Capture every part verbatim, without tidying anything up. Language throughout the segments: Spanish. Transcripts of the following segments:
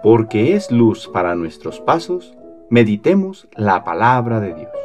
porque es luz para nuestros pasos, meditemos la palabra de Dios.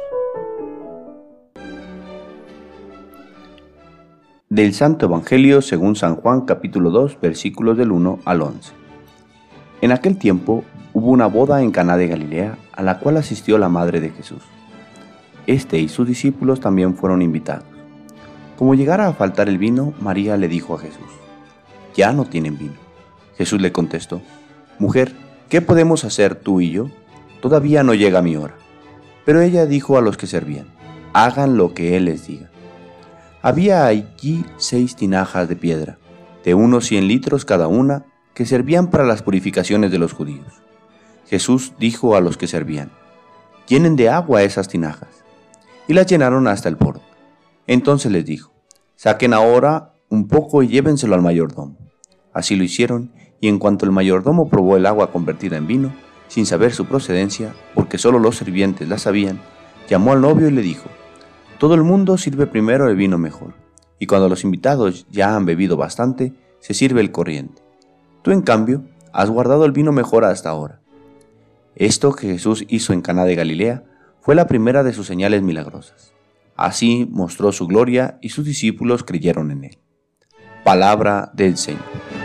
Del Santo Evangelio según San Juan, capítulo dos, versículos del uno al once. En aquel tiempo hubo una boda en Caná de Galilea, a la cual asistió la madre de Jesús. Este y sus discípulos también fueron invitados. Como llegara a faltar el vino, María le dijo a Jesús: «Ya no tienen vino». Jesús le contestó: «Mujer, ¿qué podemos hacer tú y yo? Todavía no llega mi hora». Pero ella dijo a los que servían: «Hagan lo que él les diga». Había allí seis tinajas de piedra, de unos cien litros cada una, que servían para las purificaciones de los judíos. Jesús dijo a los que servían: «Llenen de agua esas tinajas». Y las llenaron hasta el borde. Entonces les dijo: «Saquen ahora un poco y llévenselo al mayordomo». Así lo hicieron, y en cuanto el mayordomo probó el agua convertida en vino, sin saber su procedencia, porque solo los sirvientes la sabían, llamó al novio y le dijo: «Todo el mundo sirve primero el vino mejor, y cuando los invitados ya han bebido bastante, se sirve el corriente. Tú, en cambio, has guardado el vino mejor hasta ahora». Esto que Jesús hizo en Caná de Galilea fue la primera de sus señales milagrosas. Así mostró su gloria y sus discípulos creyeron en él. Palabra del Señor.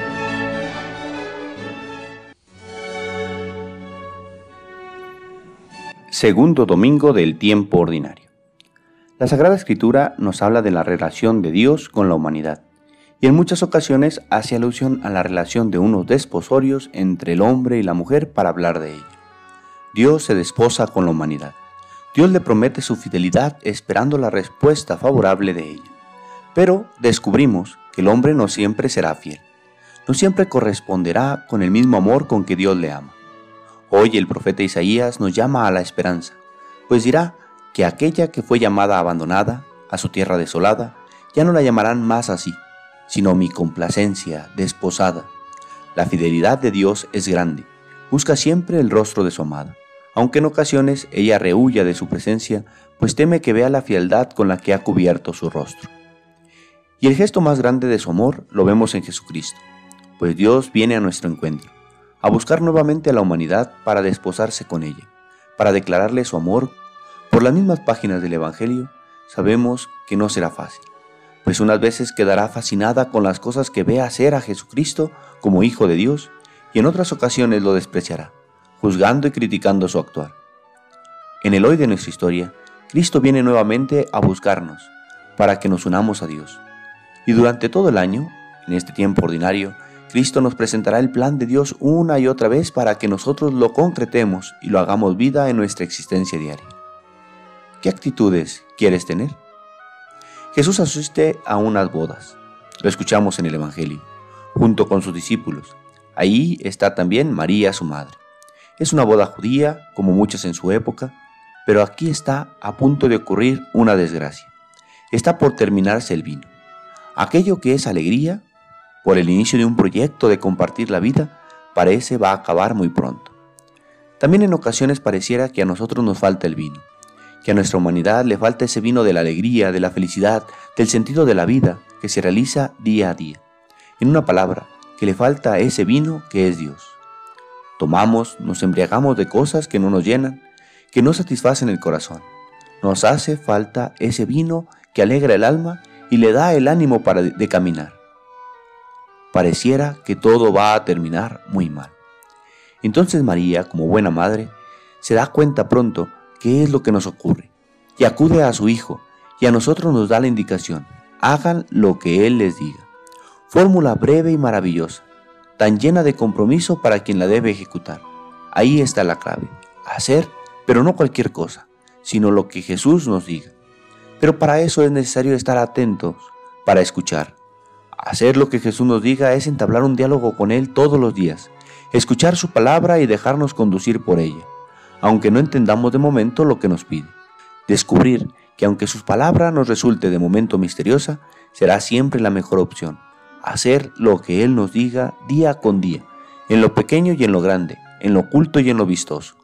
Segundo domingo del tiempo ordinario. La Sagrada Escritura nos habla de la relación de Dios con la humanidad, y en muchas ocasiones hace alusión a la relación de unos desposorios entre el hombre y la mujer para hablar de ello. Dios se desposa con la humanidad. Dios le promete su fidelidad esperando la respuesta favorable de ella. Pero descubrimos que el hombre no siempre será fiel. No siempre corresponderá con el mismo amor con que Dios le ama. Hoy el profeta Isaías nos llama a la esperanza, pues dirá que aquella que fue llamada abandonada, a su tierra desolada, ya no la llamarán más así, sino mi complacencia, desposada. La fidelidad de Dios es grande, busca siempre el rostro de su amada, aunque en ocasiones ella rehuya de su presencia, pues teme que vea la frialdad con la que ha cubierto su rostro. Y el gesto más grande de su amor lo vemos en Jesucristo, pues Dios viene a nuestro encuentro, a buscar nuevamente a la humanidad para desposarse con ella, para declararle su amor. Por las mismas páginas del Evangelio sabemos que no será fácil, pues unas veces quedará fascinada con las cosas que ve hacer a Jesucristo como Hijo de Dios, y en otras ocasiones lo despreciará, juzgando y criticando su actuar. En el hoy de nuestra historia, Cristo viene nuevamente a buscarnos, para que nos unamos a Dios. Y durante todo el año, en este tiempo ordinario, Cristo nos presentará el plan de Dios una y otra vez para que nosotros lo concretemos y lo hagamos vida en nuestra existencia diaria. ¿Qué actitudes quieres tener? Jesús asiste a unas bodas. Lo escuchamos en el Evangelio, junto con sus discípulos. Ahí está también María, su madre. Es una boda judía, como muchas en su época, pero aquí está a punto de ocurrir una desgracia. Está por terminarse el vino. Aquello que es alegría, por el inicio de un proyecto de compartir la vida, parece va a acabar muy pronto. También en ocasiones pareciera que a nosotros nos falta el vino, que a nuestra humanidad le falta ese vino de la alegría, de la felicidad, del sentido de la vida que se realiza día a día. En una palabra, que le falta ese vino que es Dios. Tomamos, nos embriagamos de cosas que no nos llenan, que no satisfacen el corazón. Nos hace falta ese vino que alegra el alma y le da el ánimo para de, de caminar. Pareciera que todo va a terminar muy mal. Entonces María, como buena madre, se da cuenta pronto qué es lo que nos ocurre, y acude a su hijo, y a nosotros nos da la indicación: hagan lo que él les diga. Fórmula breve y maravillosa, tan llena de compromiso para quien la debe ejecutar. Ahí está la clave: hacer, pero no cualquier cosa, sino lo que Jesús nos diga. Pero para eso es necesario estar atentos, para escuchar. Hacer lo que Jesús nos diga es entablar un diálogo con Él todos los días, escuchar su palabra y dejarnos conducir por ella, aunque no entendamos de momento lo que nos pide. Descubrir que aunque sus palabras nos resulte de momento misteriosa, será siempre la mejor opción. Hacer lo que Él nos diga día con día, en lo pequeño y en lo grande, en lo oculto y en lo vistoso.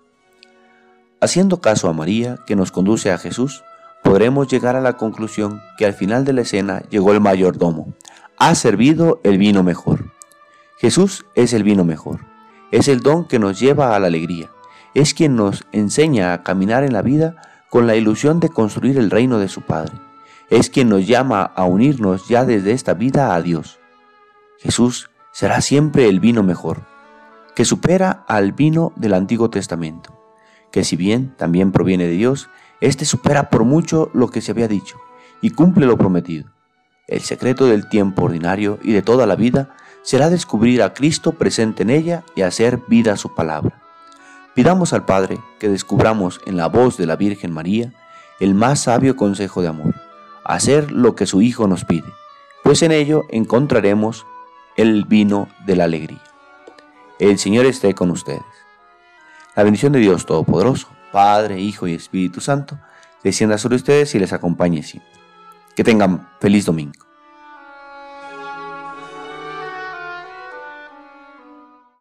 Haciendo caso a María, que nos conduce a Jesús, podremos llegar a la conclusión que al final de la escena llegó el mayordomo. Ha servido el vino mejor. Jesús es el vino mejor. Es el don que nos lleva a la alegría. Es quien nos enseña a caminar en la vida con la ilusión de construir el reino de su Padre. Es quien nos llama a unirnos ya desde esta vida a Dios. Jesús será siempre el vino mejor, que supera al vino del Antiguo Testamento, que si bien también proviene de Dios, éste supera por mucho lo que se había dicho y cumple lo prometido. El secreto del tiempo ordinario y de toda la vida será descubrir a Cristo presente en ella y hacer vida su palabra. Pidamos al Padre que descubramos en la voz de la Virgen María el más sabio consejo de amor, hacer lo que su Hijo nos pide, pues en ello encontraremos el vino de la alegría. El Señor esté con ustedes. La bendición de Dios Todopoderoso, Padre, Hijo y Espíritu Santo, descienda sobre ustedes y les acompañe siempre. Que tengan feliz domingo.